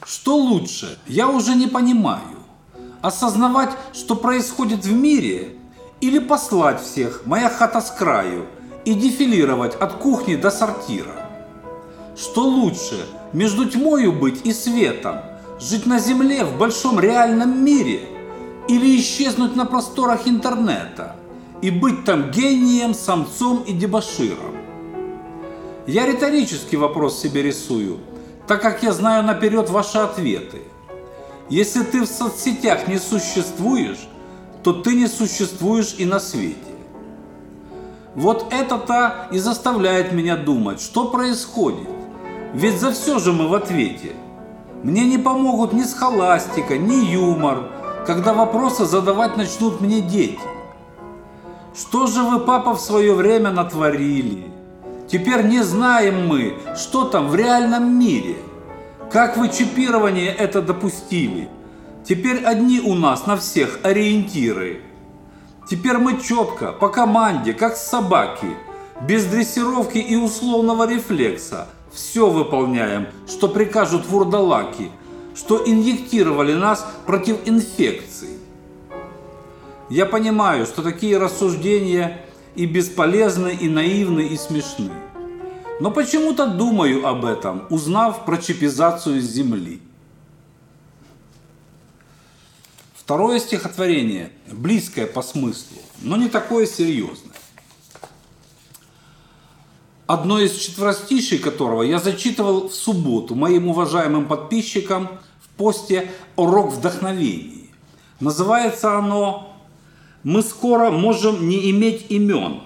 Что лучше, я уже не понимаю. Осознавать, что происходит в мире, или послать всех, моя хата с краю, и дефилировать от кухни до сортира? Что лучше, между тьмою быть и светом, жить на земле в большом реальном мире, или исчезнуть на просторах интернета и быть там гением, самцом и дебоширом? Я риторический вопрос себе рисую, так как я знаю наперед ваши ответы. Если ты в соцсетях не существуешь, то ты не существуешь и на свете. Вот это-то и заставляет меня думать, что происходит. Ведь за все же мы в ответе. Мне не помогут ни схоластика, ни юмор, когда вопросы задавать начнут мне дети. Что же вы, папа, в свое время натворили? Теперь не знаем мы, что там в реальном мире. Как вы чипирование это допустили? Теперь одни у нас на всех ориентиры. Теперь мы четко, по команде, как собаки, без дрессировки и условного рефлекса, все выполняем, что прикажут вурдалаки, что инъектировали нас против инфекций. Я понимаю, что такие рассуждения и бесполезны, и наивны, и смешны. Но почему-то думаю об этом, узнав про чипизацию Земли. Второе стихотворение, близкое по смыслу, но не такое серьезное. Одно из четверостишей которого я зачитывал в субботу моим уважаемым подписчикам в посте о рок-вдохновении. Называется оно «Мы скоро можем не иметь имен».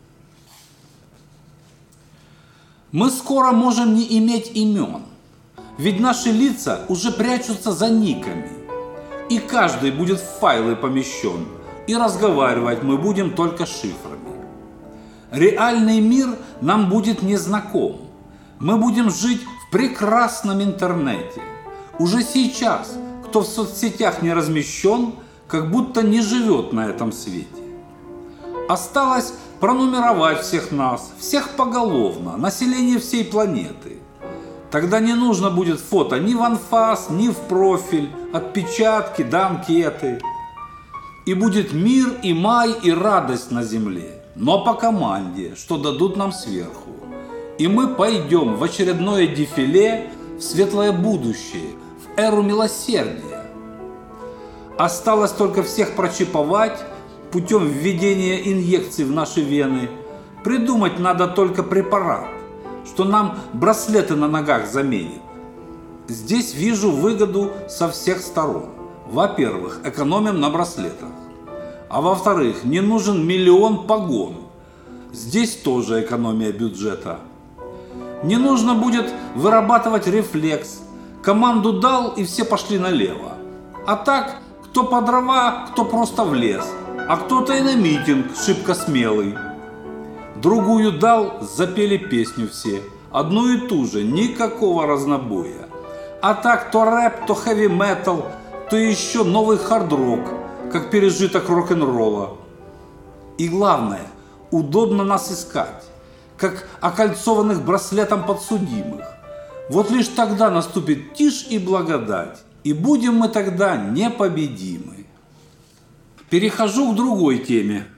Мы скоро можем не иметь имен, ведь наши лица уже прячутся за никами, и каждый будет в файлы помещен, и разговаривать мы будем только шифрами. Реальный мир нам будет незнаком, мы будем жить в прекрасном интернете. Уже сейчас, кто в соцсетях не размещен, как будто не живет на этом свете. Осталось пронумеровать всех нас, всех поголовно, население всей планеты. Тогда не нужно будет фото ни в анфас, ни в профиль, отпечатки да анкеты. И будет мир, и май, и радость на земле, но по команде, что дадут нам сверху. И мы пойдем в очередное дефиле в светлое будущее, в эру милосердия. Осталось только всех прочиповать путем введения инъекций в наши вены. Придумать надо только препарат, что нам браслеты на ногах заменит. Здесь вижу выгоду со всех сторон. Во-первых, экономим на браслетах. А во-вторых, не нужен 1 миллион погон. Здесь тоже экономия бюджета. Не нужно будет вырабатывать рефлекс. Команду дал, и все пошли налево. А так, кто по дрова, кто просто в лес. А кто-то и на митинг шибко смелый. Другую дал, запели песню все. Одну и ту же, никакого разнобоя. А так то рэп, то хэви-метал, то еще новый хард-рок, как пережиток рок-н-ролла. И главное, удобно нас искать, как окольцованных браслетом подсудимых. Вот лишь тогда наступит тишь и благодать, и будем мы тогда непобедимы. Перехожу к другой теме.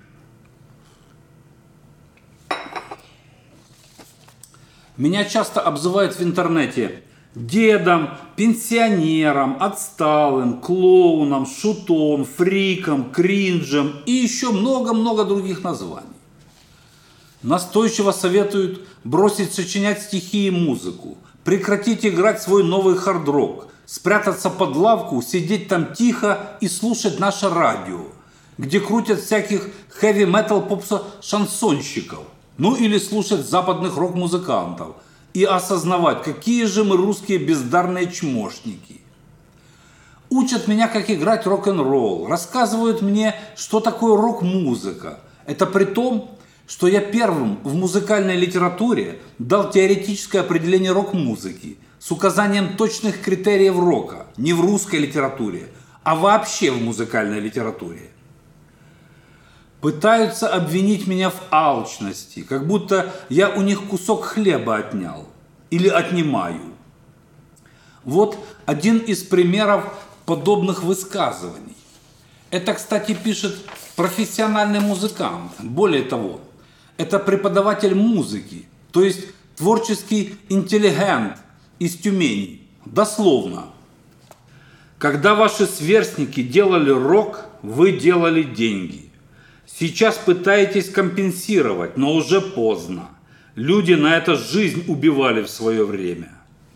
Меня часто обзывают в интернете дедом, пенсионером, отсталым, клоуном, шутом, фриком, кринжем и еще много-много других названий. Настойчиво советуют бросить сочинять стихи и музыку, прекратить играть свой новый хард-рок, спрятаться под лавку, сидеть там тихо и слушать наше радио, где крутят всяких хэви-метал попса-шансонщиков, ну или слушать западных рок-музыкантов и осознавать, какие же мы русские бездарные чмошники. Учат меня, как играть рок-н-ролл, рассказывают мне, что такое рок-музыка. Это при том, что я первым в музыкальной литературе дал теоретическое определение рок-музыки с указанием точных критериев рока, не в русской литературе, а вообще в музыкальной литературе. Пытаются обвинить меня в алчности, как будто я у них кусок хлеба отнял или отнимаю. Вот один из примеров подобных высказываний. Это, кстати, пишет профессиональный музыкант. Более того, это преподаватель музыки, то есть творческий интеллигент из Тюмени. Дословно. Когда ваши сверстники делали рок, вы делали деньги. Сейчас пытаетесь компенсировать, но уже поздно. Люди на это жизнь убивали в свое время.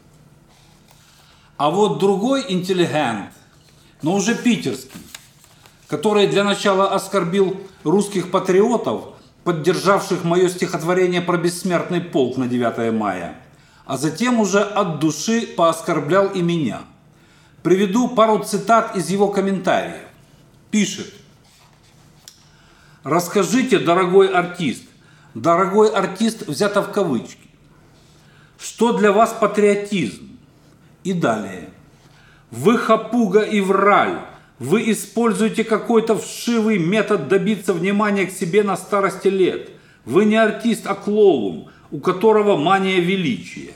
А вот другой интеллигент, но уже питерский, который для начала оскорбил русских патриотов, поддержавших мое стихотворение про бессмертный полк на 9 мая, а затем уже от души пооскорблял и меня. Приведу пару цитат из его комментариев. Пишет: «Расскажите, дорогой артист взято в кавычки, что для вас патриотизм?» И далее. «Вы хапуга и враль, вы используете какой-то вшивый метод добиться внимания к себе на старости лет. Вы не артист, а клоун, у которого мания величия».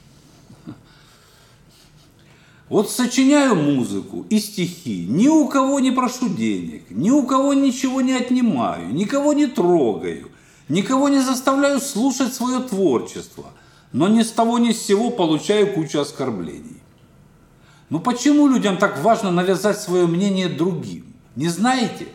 Вот сочиняю музыку и стихи, ни у кого не прошу денег, ни у кого ничего не отнимаю, никого не трогаю, никого не заставляю слушать свое творчество, но ни с того ни с сего получаю кучу оскорблений. Ну почему людям так важно навязать свое мнение другим? Не знаете?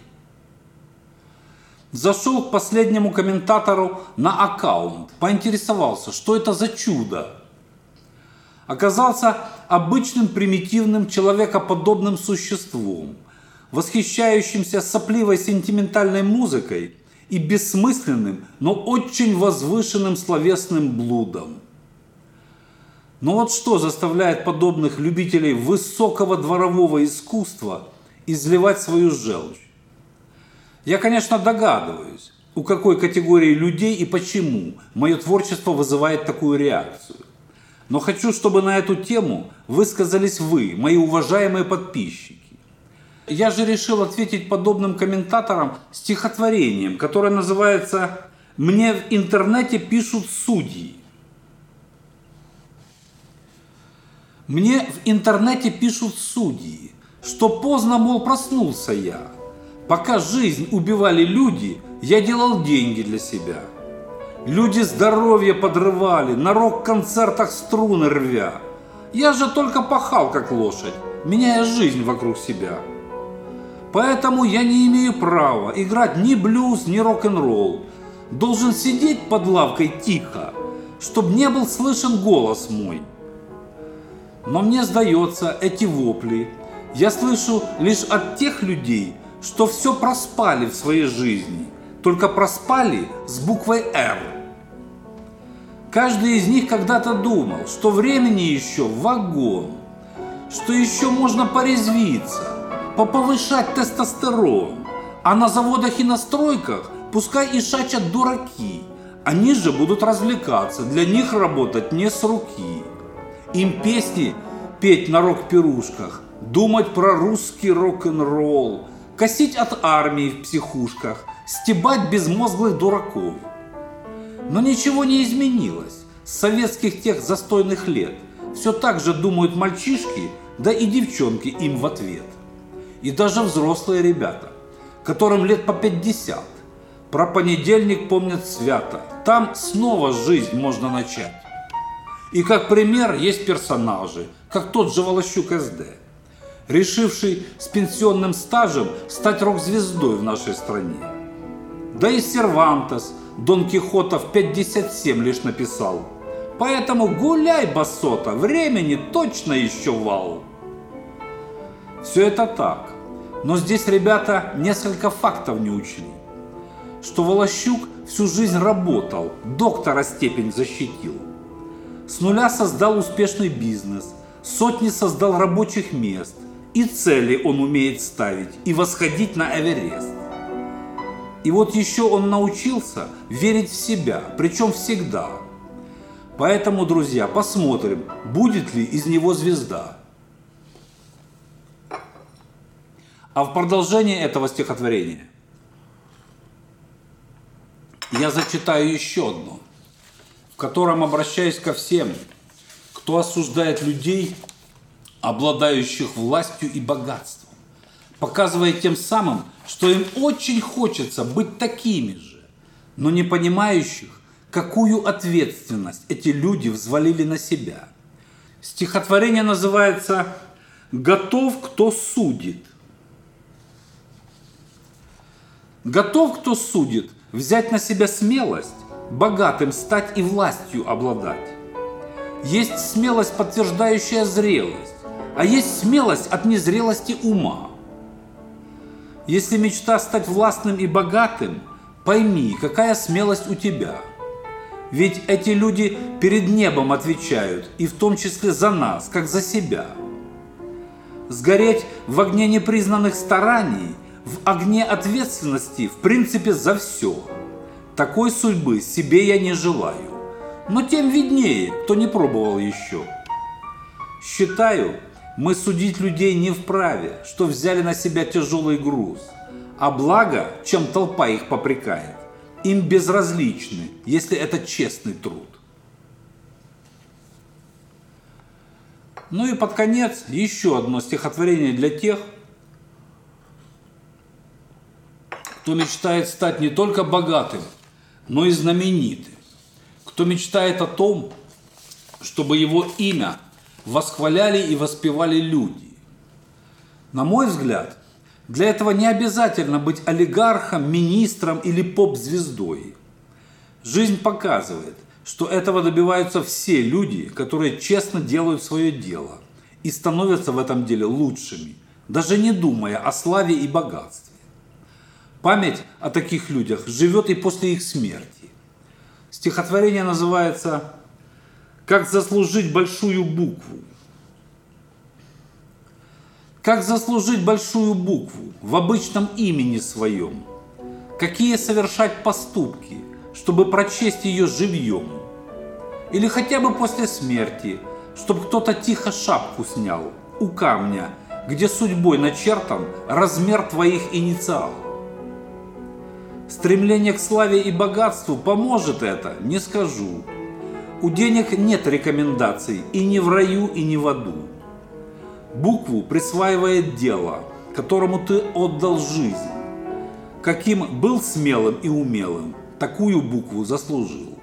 Зашел к последнему комментатору на аккаунт, поинтересовался, что это за чудо. Оказался обычным примитивным человекоподобным существом, восхищающимся сопливой сентиментальной музыкой и бессмысленным, но очень возвышенным словесным блудом. Но вот что заставляет подобных любителей высокого дворового искусства изливать свою желчь? Я, конечно, догадываюсь, у какой категории людей и почему мое творчество вызывает такую реакцию. Но хочу, чтобы на эту тему высказались вы, мои уважаемые подписчики. Я же решил ответить подобным комментаторам стихотворением, которое называется «Мне в интернете пишут судьи». Мне в интернете пишут судьи, что поздно, мол, проснулся я. Пока жизнь убивали люди, я делал деньги для себя. Люди здоровье подрывали, на рок-концертах струны рвя. Я же только пахал, как лошадь, меняя жизнь вокруг себя. Поэтому я не имею права играть ни блюз, ни рок-н-ролл. Должен сидеть под лавкой тихо, чтобы не был слышен голос мой. Но мне сдается, эти вопли я слышу лишь от тех людей, что все проспали в своей жизни, только проспали с буквой «Р». Каждый из них когда-то думал, что времени еще вагон, что еще можно порезвиться, поповышать тестостерон, а на заводах и на стройках пускай и шачат дураки, они же будут развлекаться, для них работать не с руки. Им песни петь на рок-пирушках, думать про русский рок-н-ролл, косить от армии в психушках, стебать безмозглых дураков. Но ничего не изменилось с советских тех застойных лет. Все так же думают мальчишки, да и девчонки им в ответ. И даже взрослые ребята, которым лет по 50, про понедельник помнят свято. Там снова жизнь можно начать. И как пример есть персонажи, как тот же Волощук СД, решивший с пенсионным стажем стать рок-звездой в нашей стране. Да и Сервантес Дон Кихота в 57 лишь написал. Поэтому гуляй, басота, времени точно еще вал. Все это так, но здесь ребята несколько фактов не учли. Что Волощук всю жизнь работал, доктора степень защитил. С нуля создал успешный бизнес, сотни создал рабочих мест, и цели он умеет ставить, и восходить на Эверест. И вот еще он научился верить в себя, причем всегда. Поэтому, друзья, посмотрим, будет ли из него звезда. А в продолжение этого стихотворения я зачитаю еще одно, в котором обращаюсь ко всем, кто осуждает людей обладающих властью и богатством, показывая тем самым, что им очень хочется быть такими же, но не понимающих, какую ответственность эти люди взвалили на себя. Стихотворение называется «Готов, кто судит». Готов, кто судит, взять на себя смелость, богатым стать и властью обладать. Есть смелость, подтверждающая зрелость, а есть смелость от незрелости ума. Если мечта стать властным и богатым, пойми, какая смелость у тебя. Ведь эти люди перед небом отвечают, и в том числе за нас, как за себя. Сгореть в огне непризнанных стараний, в огне ответственности, в принципе, за все. Такой судьбы себе я не желаю, но тем виднее, кто не пробовал еще. Считаю, мы судить людей не вправе, что взяли на себя тяжелый груз, а благо, чем толпа их попрекает, им безразличны, если это честный труд. Ну и под конец еще одно стихотворение для тех, кто мечтает стать не только богатым, но и знаменитым, кто мечтает о том, чтобы его имя восхваляли и воспевали люди. На мой взгляд, для этого не обязательно быть олигархом, министром или поп-звездой. Жизнь показывает, что этого добиваются все люди, которые честно делают свое дело и становятся в этом деле лучшими, даже не думая о славе и богатстве. Память о таких людях живет и после их смерти. Стихотворение называется «Как заслужить большую букву». Как заслужить большую букву в обычном имени своем? Какие совершать поступки, чтобы прочесть ее живьем? Или хотя бы после смерти, чтобы кто-то тихо шапку снял у камня, где судьбой начертан размер твоих инициалов? Стремление к славе и богатству поможет это, не скажу. У денег нет рекомендаций и ни в раю, и ни в аду. Букву присваивает дело, которому ты отдал жизнь. Каким был смелым и умелым, такую букву заслужил.